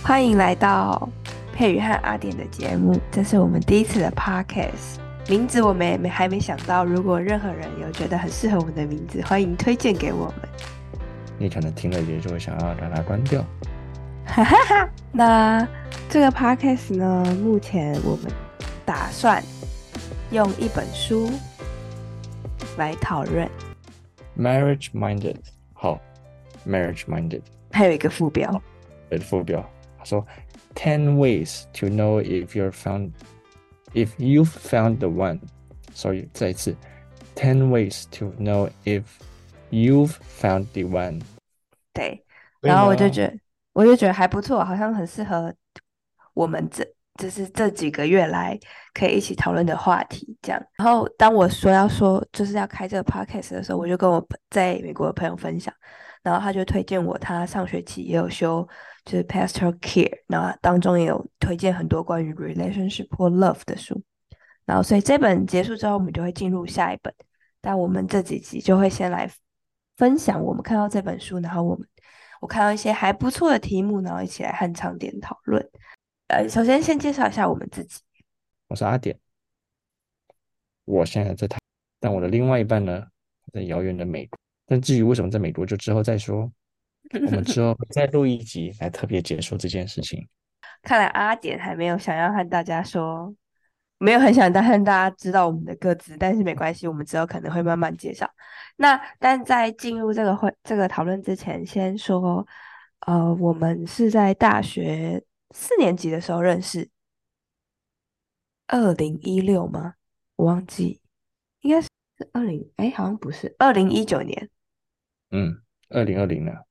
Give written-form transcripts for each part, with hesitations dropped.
欢迎来到佩瑜和阿典的节目，这是我们第一次的 podcast。名字我们也还没想到，如果任何人有觉得很适合我们的名字，欢迎推荐给我们。 你可能听了也就会想要让它关掉。 哈哈哈。那这个 podcast 呢，目前我们打算用一本书来讨论， Marriage minded， 好 ，marriage minded， 还有一个副标。 副标他说 ten ways to know if you've found the one。Sorry， 再一次 ten ways to know if you've found the one。 对， 对然后吗？ 我就觉得还不错，好像很适合我们就是这几个月来可以一起讨论的话题，这样。然后当我说就是要开这个 podcast 的时候，我就跟我在美国的朋友分享，然后他就推荐我，他上学期也有修就是 pastoral care，然后当中也有推荐很多关于 relationship 或 love 的书。然后所以这本结束之后，我们就会进入下一本。但我们这几集就会先来分享我们看到这本书，然后我看到一些还不错的题目，然后一起来和长点讨论。首先介绍一下我们自己。 我是阿典，我现在在台，但我的另外一半呢，在遥远的美国。但至于为什么在美国，就之后再说。我们之后会再录一集来特别解说这件事情。 看来阿典还没有想要和大家说，没有很想让大家知道我们的各自，但是没关系，我们之后可能会慢慢介绍。但在进入这个讨论之前，先说，我们是在大学4年级的时候认识，2016吗？我忘记，应该是好像不是2019年， 嗯，2020呢，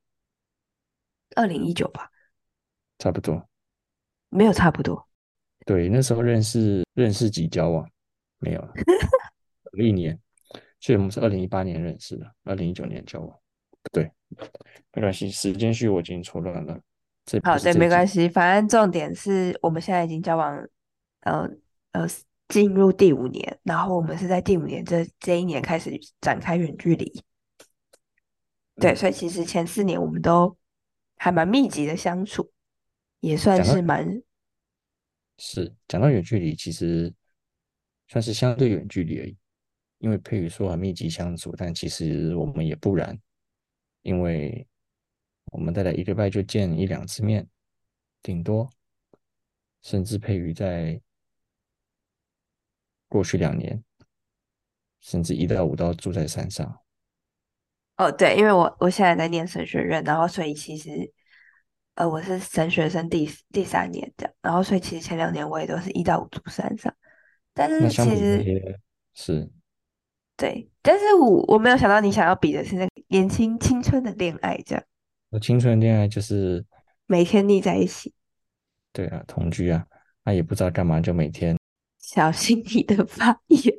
2019吧， 差不多。 没有差不多。 对，那时候认识即交往，没有了，隔了一年，所以我们是2018年认识的，2019年交往。对，没关系，时间序我已经错乱了，这不好，对， 是这一集。 没关系，反正重点是我们现在已经交往，呃呃，进入第5年，然后我们是在第5年这一年开始展开远距离。对， 嗯， 所以其实前4年我们都还蛮密集的相处，也算讲到是蛮。 讲到远距离，其实算是相对远距离而已，因为佩宇说很密集相处，但其实我们也不然，因为我们大概一个礼拜就见一两次面，顶多，甚至佩宇在过去2年，甚至1到5都要住在山上。 哦，对，因为我现在在念神学院，然后所以其实，我是神学生第3年这样，然后所以其实前2年我也都是1到5住山上，但是那相比那其实些是对，但是我没有想到你想要比的是那个年轻青春的恋爱这样， 我青春恋爱就是每天腻在一起， 对啊同居啊，那也不知道干嘛， 小心你的发言。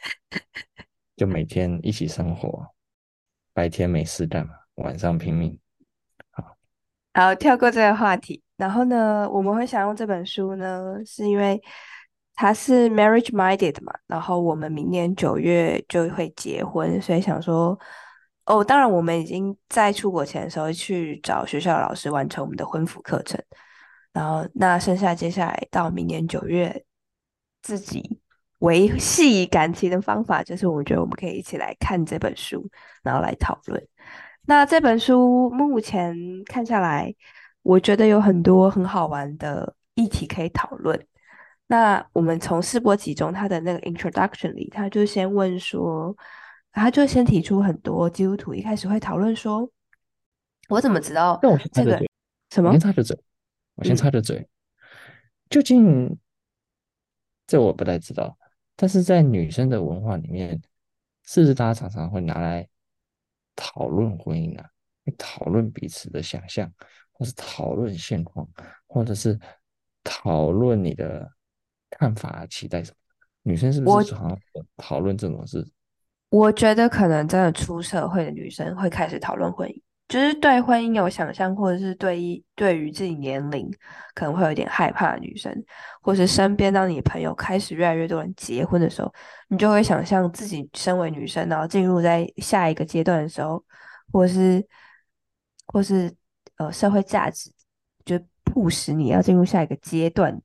就每天一起生活，白天没事干嘛，晚上拼命。好， 好，跳过这个话题。然后呢，我们会想用这本书呢，是因为它是 marriage minded 嘛。然后我们明年9月就会结婚，所以想说，哦，当然我们已经在出国前的时候去找学校的老师完成我们的婚服课程。然后那剩下接下来到明年9月，自己维系感情的方法，就是我觉得我们可以一起来看这本书，然后来讨论。那这本书目前看下来，我觉得有很多很好玩的议题可以讨论。那我们从试播集中，他的那个 introduction 里，他就先问说，他就先提出很多基督徒一开始会讨论说，我怎么知道但我先插这个个嘴， 什么？ 我先插个嘴，我先嗯， 插个嘴，究竟这我不太知道，但是在女生的文化里面，是不是大家常常会拿来讨论婚姻啊，讨论彼此的想象，或是讨论现况，或者是讨论你的看法、期待什么的？女生是不是我常常讨论这种事？ 我觉得可能真的出社会的女生会开始讨论婚姻，就是对婚姻有想象，或者是对于自己年龄可能会有点害怕的女生，或是身边当你的朋友开始越来越多人结婚的时候，你就会想象自己身为女生，然后进入在下一个阶段的时候，或是或是社会价值就促使你要进入下一个阶段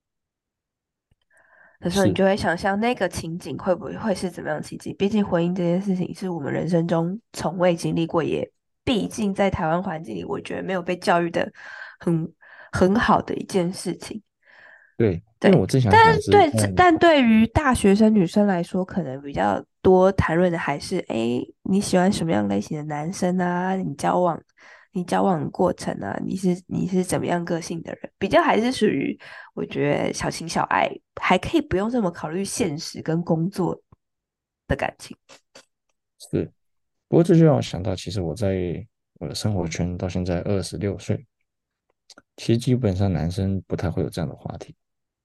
的时候，你是就会想象那个情景会不会是怎么样的情景？毕竟婚姻这件事情是我们人生中从未经历过，也毕竟在台湾环境里，我觉得没有被教育的很很好的一件事情。 对，因为对， 我正想但讲的是在但对于大学生女生来说，可能比较多谈论的还是，诶，你喜欢什么样类型的男生啊？你交往的过程啊，你是怎么样个性的人？比较还是属于我觉得小情小爱，还可以不用这么考虑现实跟工作的感情。 是，不过这就让我想到，其实我在我的生活圈到现在26岁，其实基本上男生不太会有这样的话题，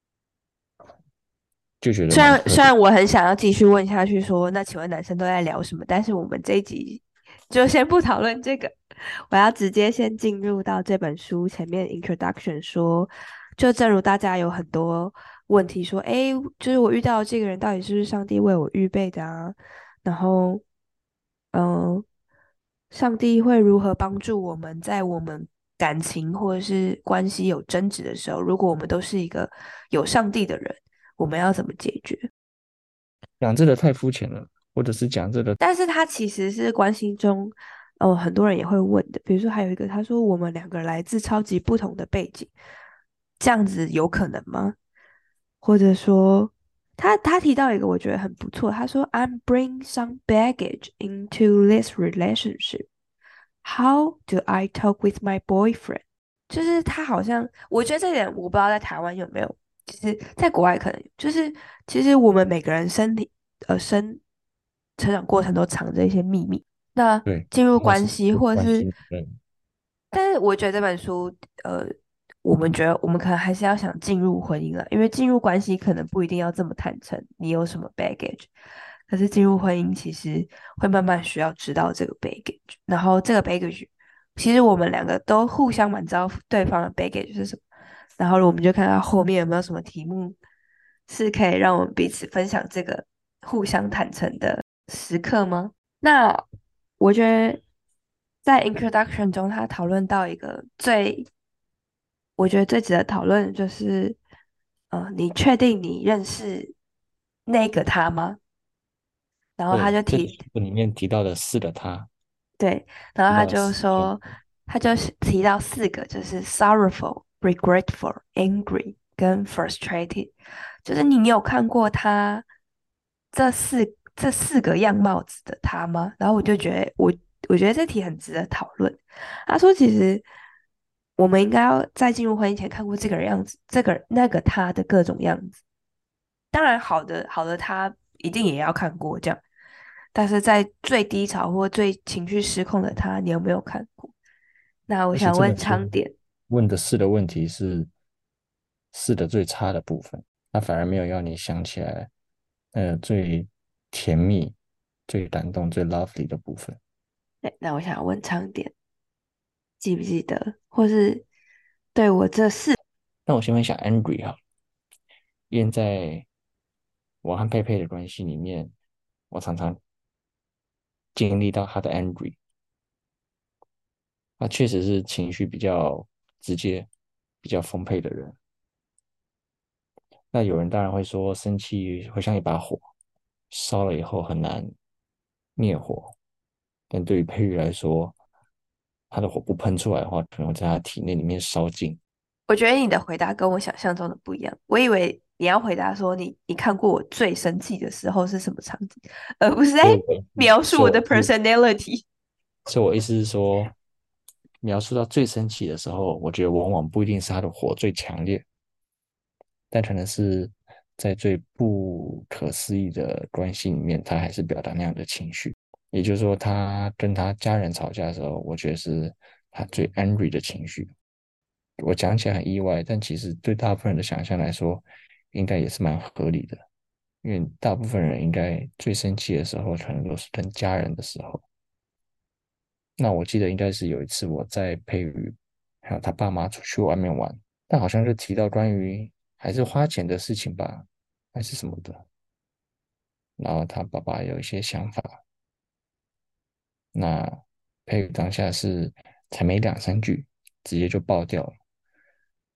就觉得蛮特别。 虽然我很想要继续问下去说，那请问男生都在聊什么？但是我们这一集就先不讨论这个，我要直接先进入到这本书前面 introduction 说，就正如大家有很多问题说，诶，就是我遇到的这个人到底是不是上帝为我预备的啊？然后，嗯、上帝会如何帮助我们在我们感情或者是关系有争执的时候，如果我们都是一个有上帝的人？我们要怎么解决？ 讲这个太肤浅了，或者是讲这个， 但是他其实是关系中，很多人也会问的。比如说，还有一个，他说我们两个来自超级不同的背景，这样子有可能吗？或者说，他提到一个我觉得很不错，他说 I'm bring some baggage into this relationship. How do I talk with my boyfriend？就是他好像，我觉得这点我不知道在台湾有没有，其实在国外可能有就是其实我们每个人成长过程都藏着一些秘密。那对， 进入然后是关系， 不关或者是， 心的人， 但是我觉得这本书，呃，我们觉得我们可能还是要想进入婚姻了，因为进入关系可能不一定要这么坦诚，你有什么 baggage，可是进入婚姻其实会慢慢需要知道这个 baggage，然后这个 baggage，其实我们两个都互相蛮知道对方的 baggage 是什么，然后我们就看到后面有没有什么题目是可以让我们彼此分享这个互相坦诚的时刻吗？那我觉得在 introduction 中，他讨论到一个我觉得最值得讨论的就是，你确定你认识那个他吗？然后他对， 就提， 这书里面提到的是的他， 对，然后他提到的是的， 就说，他就是提到四个，就是 sorrowful、regretful、angry 跟 frustrated，就是你有看过他这四个样貌子的他吗？然后我就觉得我觉得这题很值得讨论。他说，其实我们应该要在进入婚姻前看过这个人样子，这个那个他的各种样子。当然，好的他一定也要看过这样，但是在最低潮或最情绪失控的他，你有没有看过？那我而且想问这本书昌点， 问的是的问题是的最差的部分，它反而没有要你想起来，最甜蜜、最感动、最 lovely 的部分。 对，那我想问昌点，记不记得，或是对我这四， 那我先问一下 Angry 哈，因为在我和佩佩的关系里面，我常常经历到他的 Angry，他确实是情绪比较直接、比较丰沛的人。那有人当然会说，生气会像一把火，烧了以后很难灭火。但对于佩玉来说，他的火不喷出来的话，可能会在他体内里面烧尽。 我觉得你的回答跟我想象中的不一样。我以为你要回答说你看过我最生气的时候是什么场景，而不是在所以我的描述我的所以我是 personality。 所以我意思是说，描述到最生气的时候，我觉得往往不一定是他的火最强烈，但可能是在最不可思议的关系里面，他还是表达那样的情绪。也就是说，他跟他家人吵架的时候，我觉得是他最 angry 的情绪。我讲起来很意外，但其实对大部分人的想象来说，应该也是蛮合理的。因为大部分人应该最生气的时候，可能都是跟家人的时候。那我记得应该是有一次我在佩瑜还有他爸妈出去外面玩，但好像是提到关于还是花钱的事情吧，还是什么的。然后他爸爸有一些想法，那佩瑜当下是才没两三句，直接就爆掉了。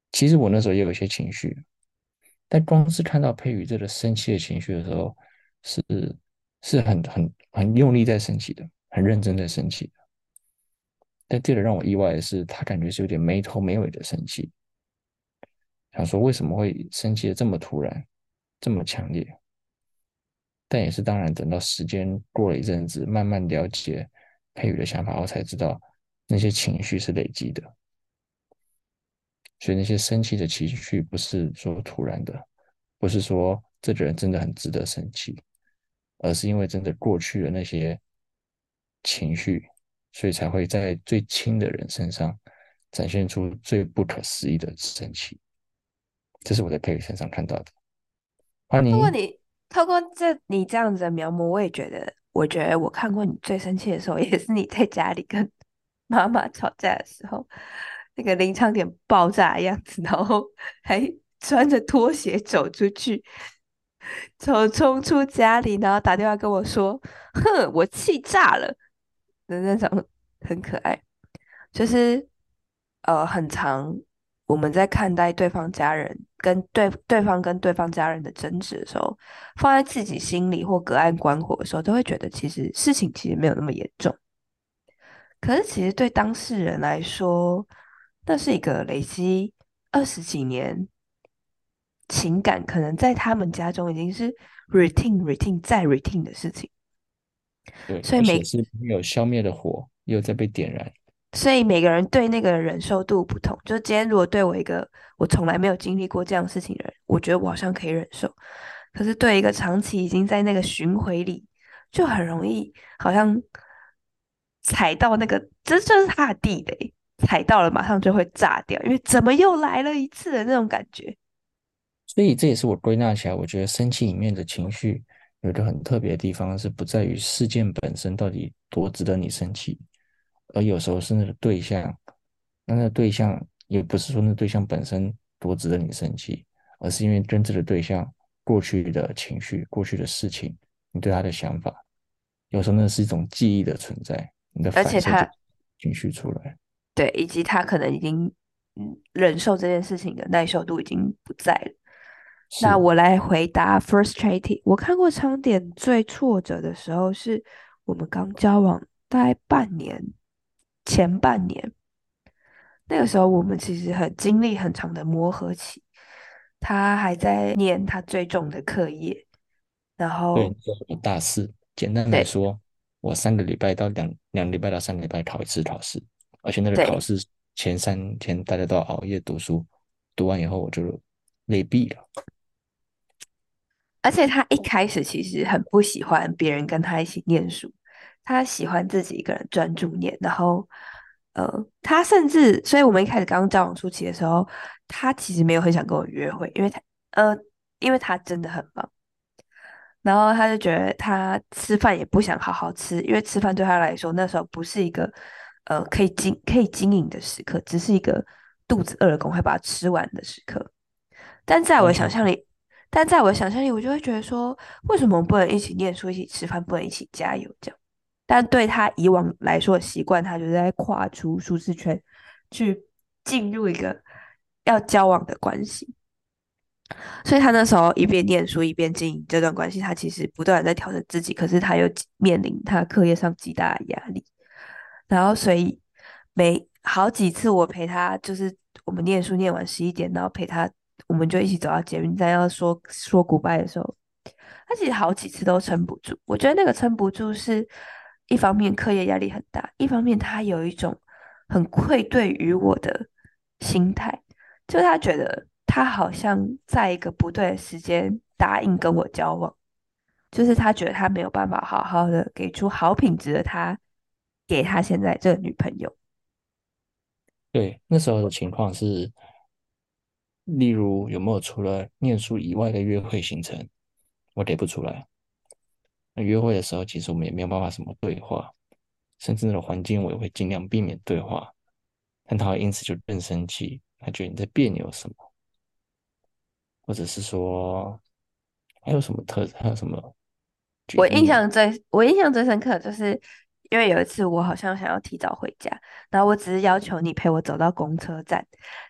其实我那时候也有一些情绪，但光是看到佩瑜这个生气的情绪的时候，是是很用力在生气的，很认真在生气的。但这个让我意外的是，他感觉是有点没头没尾的生气，想说为什么会生气的这么突然，这么强烈？但也是当然，等到时间过了一阵子，慢慢了解佩瑜的想法后，才知道那些情绪是累积的。所以那些生气的情绪不是说突然的，不是说这个人真的很值得生气，而是因为真的过去的那些情绪，所以才会在最亲的人身上展现出最不可思议的生气。这是我在佩宇身上看到的。欢迎， 透过你，透过你这样子的描摹，我也觉得，我觉得我看过你最生气的时候，也是你在家里跟妈妈吵架的时候，那个临场点爆炸的样子，然后还穿着拖鞋走出去，冲出家里，然后打电话跟我说：“哼，我气炸了”的那种，很可爱。就是很长，我们在看待对方家人跟对方家人的争执的时候，放在自己心里或隔岸观火的时候，都会觉得其实事情其实没有那么严重。可是其实对当事人来说，那是一个累积20几年情感，可能在他们家中已经是 routine 再 routine 的事情。 对， 所以每而且是没有消灭的火，又在被点燃。 所以每个人对那个忍受度不同。就今天如果对我一个我从来没有经历过这样的事情的人，我觉得我好像可以忍受。可是对一个长期已经在那个巡回里，就很容易好像踩到那个，这就是他的地雷，踩到了马上就会炸掉，因为怎么又来了一次的那种感觉。 所以这也是我归纳起来，我觉得生气里面的情绪有一个很特别的地方，是不在于事件本身到底多值得你生气，而有时候是那个对象，那个对象也不是说那个对象本身多值得你生气，而是因为跟这个对象过去的情绪、过去的事情，你对他的想法，有时候那是一种记忆的存在，你的反射就而且他情绪出来。 对，以及他可能已经忍受这件事情的耐受度已经不在了。那是， 我来回答 frustrated。我看过长点最挫折的时候是我们刚交往大概半年，前半年，那个时候我们其实很经历很长的磨合期，他还在念他最重的课业，然对， 后我大四，简单来对说，我两个礼拜到3个礼拜考一次考试，而且那个考对， 试前3天大家都要熬夜读书，读完以后我就累毙了。 而且他一开始其实很不喜欢别人跟他一起念书，他喜欢自己一个人专注念。然后，他甚至，所以我们一开始刚刚交往初期的时候，他其实没有很想跟我约会，呃，因为他真的很忙。然后他就觉得他吃饭也不想好好吃，因为吃饭对他来说那时候不是一个可以经营的时刻，只是一个肚子饿了赶快把它吃完的时刻。但在我完全的想象里，我就会觉得说，为什么我们不能一起念书、一起吃饭，不能一起加油这样？但对他以往来说的习惯，他就是在跨出舒适圈，去进入一个要交往的关系。所以他那时候一边念书一边经营这段关系，他其实不断地在调整自己，可是他又面临他课业上极大的压力。然后所以好几次我陪他，就是我们念书念完11点，然后陪他，我们就一起走到捷运站要说 goodbye 的时候，他其实好几次都撑不住。我觉得那个撑不住是一方面课业压力很大，一方面他有一种很愧对于我的心态。就他觉得他好像在一个不对的时间答应跟我交往，就是他觉得他没有办法好好的给出好品质的他给他现在这个女朋友。 对，那时候的情况是，例如有没有除了念书以外的约会行程，我给不出来。那约会的时候，其实我们也没有办法什么对话，甚至那个环境我也会尽量避免对话，但他会因此就更生气，他觉得你在别扭什么。或者是说还有什么举例吗？ 我印象最深刻的就是因为有一次我好像想要提早回家，然后我只是要求你陪我走到公车站，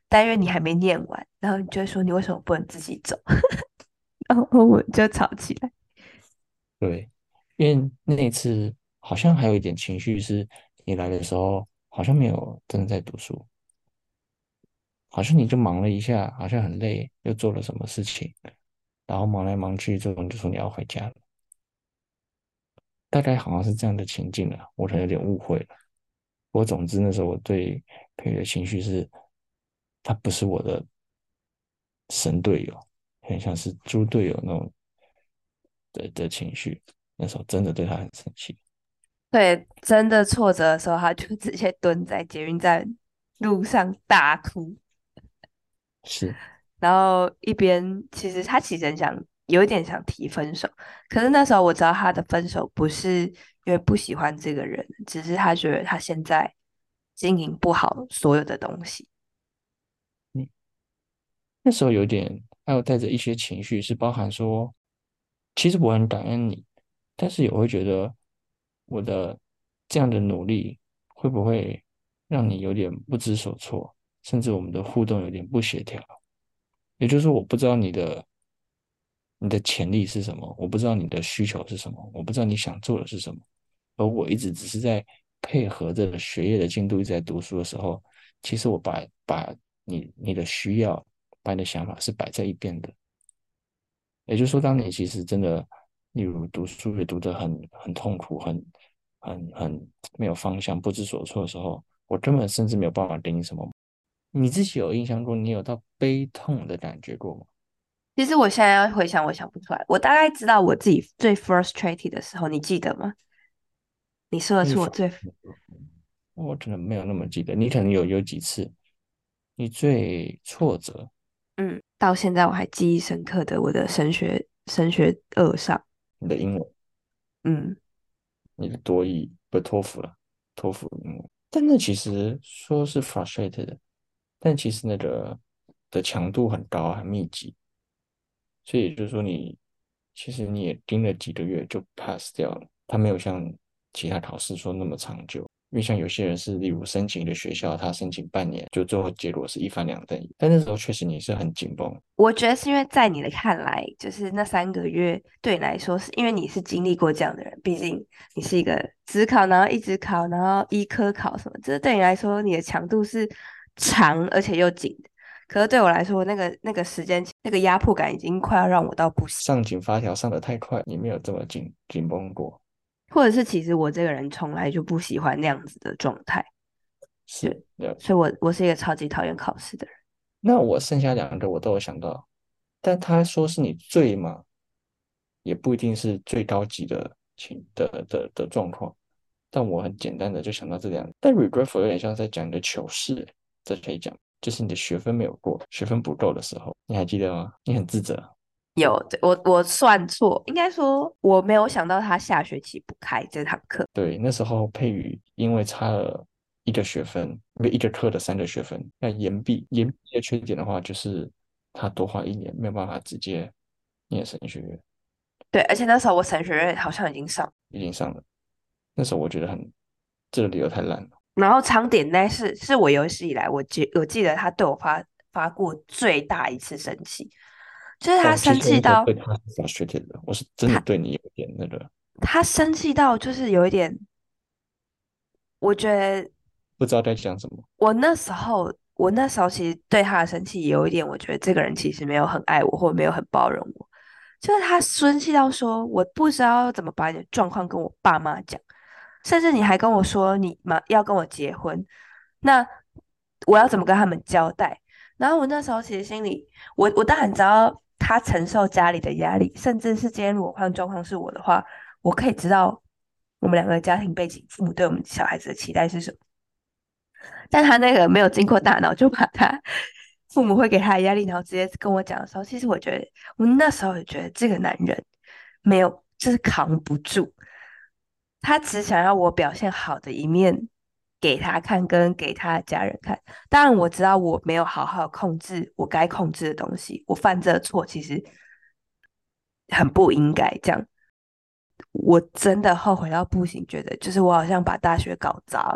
但因为你还没念完，然后你就会说你为什么不能自己走，然后我们就吵起来。 对，因为那一次好像还有一点情绪是，你来的时候好像没有真的在读书，好像你就忙了一下，好像很累，又做了什么事情，然后忙来忙去之后你就说你要回家了，大概好像是这样的情境了，我可能有点误会了。不过总之那时候我对佩宇的情绪是，他不是我的神队友，很像是猪队友那种的情绪，那时候真的对他很生气。 对，真的挫折的时候，他就直接蹲在捷运站路上大哭， 是然后一边其实很想有一点想提分手，可是那时候我知道他的分手不是因为不喜欢这个人，只是他觉得他现在经营不好所有的东西。 你那时候有点，还有带着一些情绪，是包含说，其实我很感恩你，但是也会觉得我的这样的努力会不会让你有点不知所措，甚至我们的互动有点不协调。也就是说，我不知道你的潜力是什么，我不知道你的需求是什么，我不知道你想做的是什么，而我一直只是在配合着学业的进度，一直在读书的时候，其实我把你的需要，把你的想法是摆在一边的。也就是说，当你其实真的，例如读书也读得很痛苦，很没有方向，不知所措的时候，我根本甚至没有办法给你什么。你自己有印象过，你有到悲痛的感觉过吗？ 其实我现在要回想，我想不出来。我大概知道我自己最 frustrated 的时候，你记得吗？你说的最发， 是我最我可能没有那么记得，你可能有几次，你最挫折， 到现在我还记忆深刻的我的升学上， 你的英文， 嗯， 你的多益不托福了，托福英文，但那其实说是 frustrated 的，但其实那个的强度很高，很密集。所以也就是说你，其实你也盯了几个月就 pass 掉了，它没有像其他考试说那么长久。因为像有些人是，例如申请一个学校，他申请半年，就最后结果是一翻两瞪眼。但那时候确实你是很紧绷， 我觉得是因为在你的看来，就是那3个月对你来说，是因为你是经历过这样的人，毕竟你是一个只考，然后一直考，然后医科考什么，这对你来说，你的强度是长而且又紧的。可是对我来说，那个时间，那个压迫感已经快要让我到不行， 上紧发条上的太快，你没有这么紧绷过。 或者是其实我这个人从来就不喜欢那样子的状态，就是了解。 所以我是一个超级讨厌考试的人。 那我剩下两个我都有想到，但他说是你最嘛，也不一定是最高级的的状况。但我很简单的就想到这两个，但 regretful 有点像在讲你的糗事，这可以讲，就是你的学分没有过，学分不够的时候，你还记得吗？你很自责。 有，对我算错，应该说我没有想到他下学期不开这堂课。 对，那时候佩宇因为差了一个学分，因为一个课的3个学分，要延毕。延毕的缺点的话，就是他多花1年，没有办法直接念神学院， 对，而且那时候我神学院好像已经上， 已经上了。那时候我觉得这个理由太烂了。 然后长点那是我有史以来我记得他对我发过最大一次生气，就是他哦，其生实我那时候气到对他是 frustrated 的，我是真的他对你有点那个， 他生气到就是有一点，我觉得不知道该讲什么。 我那时候其实对他的生气有一点，我觉得这个人其实没有很爱我，或没有很包容我。就是他生气到说，我不知道怎么把你的状况跟我爸妈讲，甚至你还跟我说你妈要跟我结婚，那我要怎么跟他们交代？然后我那时候其实心里，我当然知道他承受家里的压力，甚至是今天如果换状况是我的话，我可以知道我们两个的家庭背景，父母对我们小孩子的期待是什么。但他那个没有经过大脑，就把他父母会给他的压力，然后直接跟我讲的时候，其实我觉得我那时候也觉得这个男人没有，就是扛不住，他只想要我表现好的一面给他看，跟给他的家人看。当然我知道我没有好好控制我该控制的东西，我犯这个错其实很不应该这样。我真的后悔到不行，觉得就是我好像把大学搞砸了。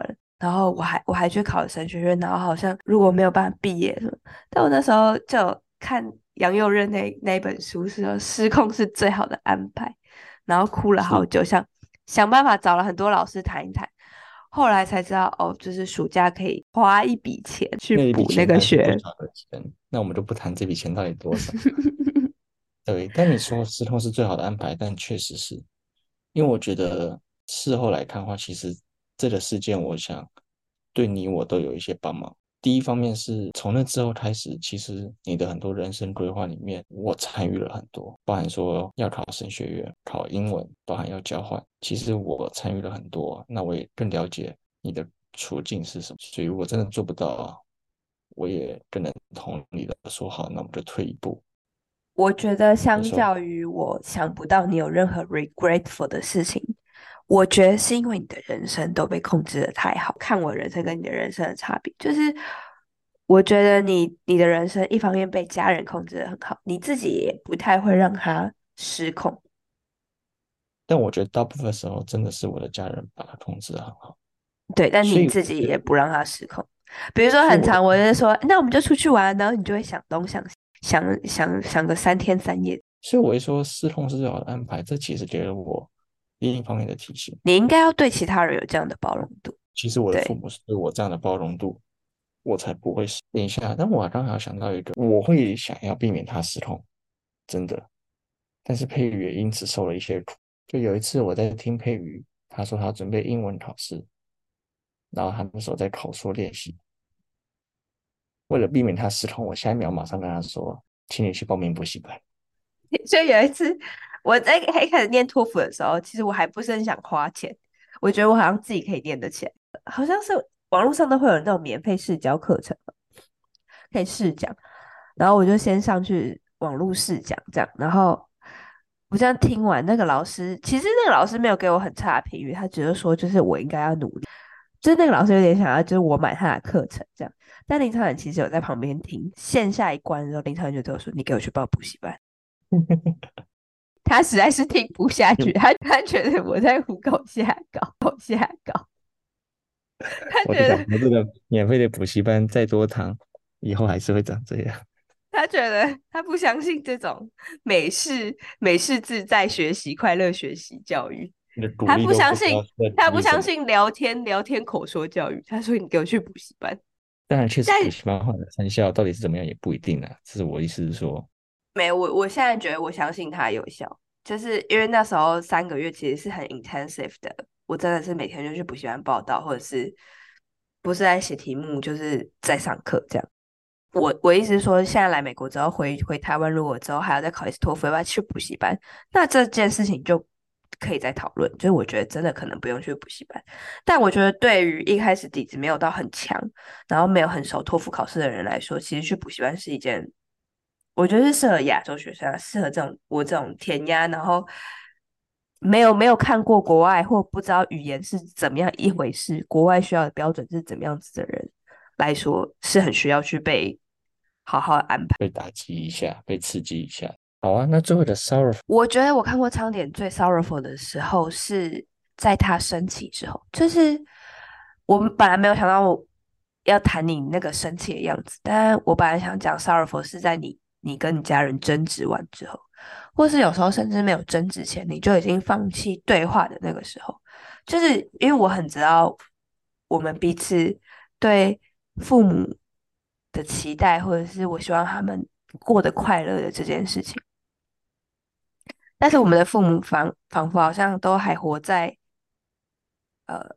然后我还去考了神学院，然后好像如果没有办法毕业什么，但我那时候就有看杨佑任那本书，是说失控是最好的安排，然后哭了好是久，想办法找了很多老师谈一谈，后来才知道哦，就是暑假可以花一笔钱去那一笔补那钱当然是不个学。 少的钱，那我们就不谈这笔钱到底多少。对，但你说失痛是最好的安排，但确实是因为我觉得事后来看的话，其实这个事件，我想对你我都有一些帮忙。第一方面是从那之后开始，其实你的很多人生规划里面，我参与了很多，包含说要考神学院、考英文，包含要交换，其实我参与了很多。那我也更了解你的处境是什么，所以如果真的做不到啊，我也更能同理的说好，那我们就退一步。 我觉得相你说， 较于我想不到你有任何 regretful 的事情，我觉得是因为你的人生都被控制的太好。看我人生跟你的人生的差别，就是我觉得你的人生一方面被家人控制的很好，你自己也不太会让他失控。 但我觉得大部分时候真的是我的家人把它控制得很好， 对，但所以你自己也不让他失控。比如说所以我的很长，我就说那我们就出去玩，然后你就会想东想西，想个3天3夜。 所以我会说失控是最好的安排，这其实给了我另一方面的提醒。 你应该要对其他人有这样的包容度。 其实我的父对。 母是对我这样的包容度，我才不会失。等一下，但我刚好想到一个，我会想要避免他失控，真的。但是佩瑜也因此受了一些苦。就有一次我在听佩瑜，他说他准备英文考试，然后他那时候在口说练习，为了避免他失控，我下一秒马上跟他说，请你去报名补习班。 就有一次我在一开始念托福的时候，其实我还不是很想花钱，我觉得我好像自己可以念得起来，好像是网络上都会有那种免费试教课程嘛，可以试讲，然后我就先上去网络试讲这样，然后我这样听完，那个老师其实那个老师没有给我很差的评语，他只是说就是我应该要努力，就是那个老师有点想要就是我买他的课程这样，但林超人其实有在旁边听，线下一关的时候，林超人就对我说：“你给我去报补习班。”他实在是听不下去，他觉得我在胡搞瞎搞，他我就觉得想说，这个免费的补习班再多堂，以后还是会长这样。 他不相信这种美式自在学习、快乐学习教育， 你的鼓他不励都不相信知道是在他不鼓励什么。 相信聊天口说教育。他说你给我去补习班， 当然，确实但补习班换的成效到底是怎么样也不一定啊。这是我意思是说， 没有我现在觉得我相信它有效，就是因为那时候3个月其实是很 intensive 的，我真的是每天就去补习班报道，或者是不是在写题目，就是在上课这样。我意思是说，现在来美国之后回台湾，如果之后还要再考一次托福，要不要去补习班？那这件事情就可以再讨论。就是我觉得真的可能不用去补习班，但我觉得对于一开始底子没有到很强，然后没有很熟托福考试的人来说，其实去补习班是一件，我觉得是适合亚洲学生啊，适合我这种填鸭，然后没有看过国外或不知道语言是怎么样一回事，国外需要的标准是怎么样子的人来说，是很需要去被好好安排。 被打击一下，被刺激一下。好啊，那最后的 sorrow 我觉得我看过昌典最 sorrowful 的时候是在他生气之后，就是我们本来没有想到要谈你那个生气的样子，但我本来想讲 sorrowful 是在你跟你家人争执完之后，或是有时候甚至没有争执前，你就已经放弃对话的那个时候，就是因为我很知道我们彼此对父母的期待，或者是我希望他们过得快乐的这件事情。但是我们的父母仿佛好像都还活在呃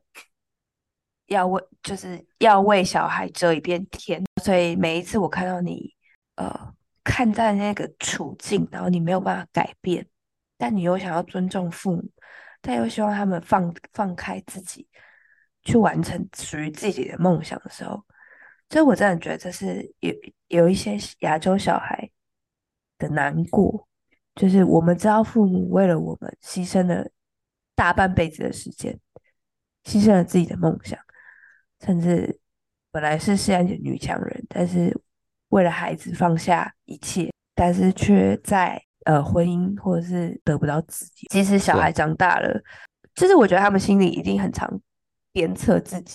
要为小孩遮一片天，所以每一次我看到你看在那个处境，然后你没有办法改变，但你又想要尊重父母，但又希望他们放开自己去完成属于自己的梦想的时候，所以我真的觉得这是有一些亚洲小孩的难过。就是我们知道父母为了我们牺牲了大半辈子的时间，牺牲了自己的梦想，甚至本来是事业的女强人，但是为了孩子放下一切，但是却在婚姻或者是得不到自己。即使小是啊， 孩长大了，就是我觉得他们心里一定很常鞭策自己，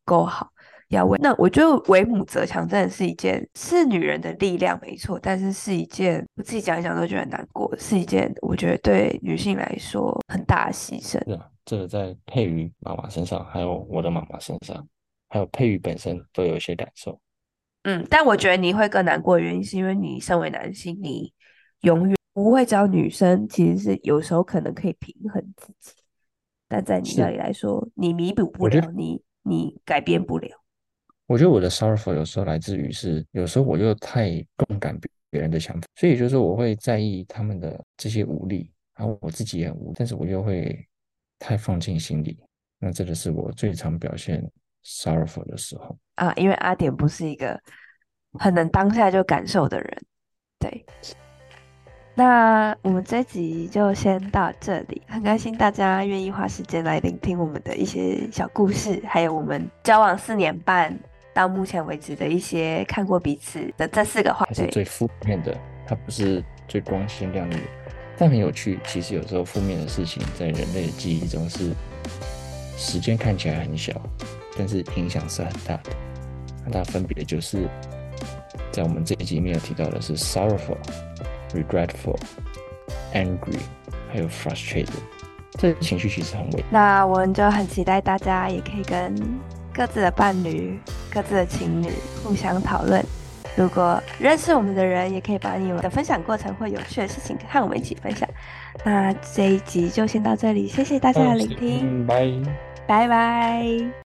够好。那我觉得为母则强真的是一件是女人的力量没错，但是是一件我自己讲一讲都觉得很难过，是一件我觉得对女性来说很大的牺牲。 是啊，这个在佩瑜妈妈身上，还有我的妈妈身上，还有佩瑜本身都有一些感受。 但我觉得你会更难过的原因是因为你身为男性，你永远不会知道女生其实是有时候可能可以平衡自己，但在你那是， 里来说，你弥补不了， 我觉得， 你改变不了。 我觉得我的 sorrowful 有时候来自于是，有时候我又太共感别人的想法，所以就是说我会在意他们的这些无力，然后我自己也很无力，但是我又会太放进心里，那这个是我最常表现 sorrowful 的时候。 啊，因为阿典不是一个很能当下就感受的人。对，那我们这集就先到这里，很开心大家愿意花时间来聆听我们的一些小故事，还有我们交往4年半到目前为止的一些看过彼此的这4个话。 它是对最负面的，它不是最光鲜亮丽的。但很有趣，其实有时候负面的事情在人类的记忆中是时间看起来很小，但是影响是很大的。那它分别就是在我们这一集里面有提到的是 sorrowful、regretful、angry，还有 frustrated。这些情绪其实很伟大。 那我们就很期待大家也可以跟各自的伴侣、各自的情侣互相讨论。如果认识我们的人，也可以把你们的分享过程或有趣的事情和我们一起分享。那这一集就先到这里，谢谢大家的聆听， 拜。 拜拜。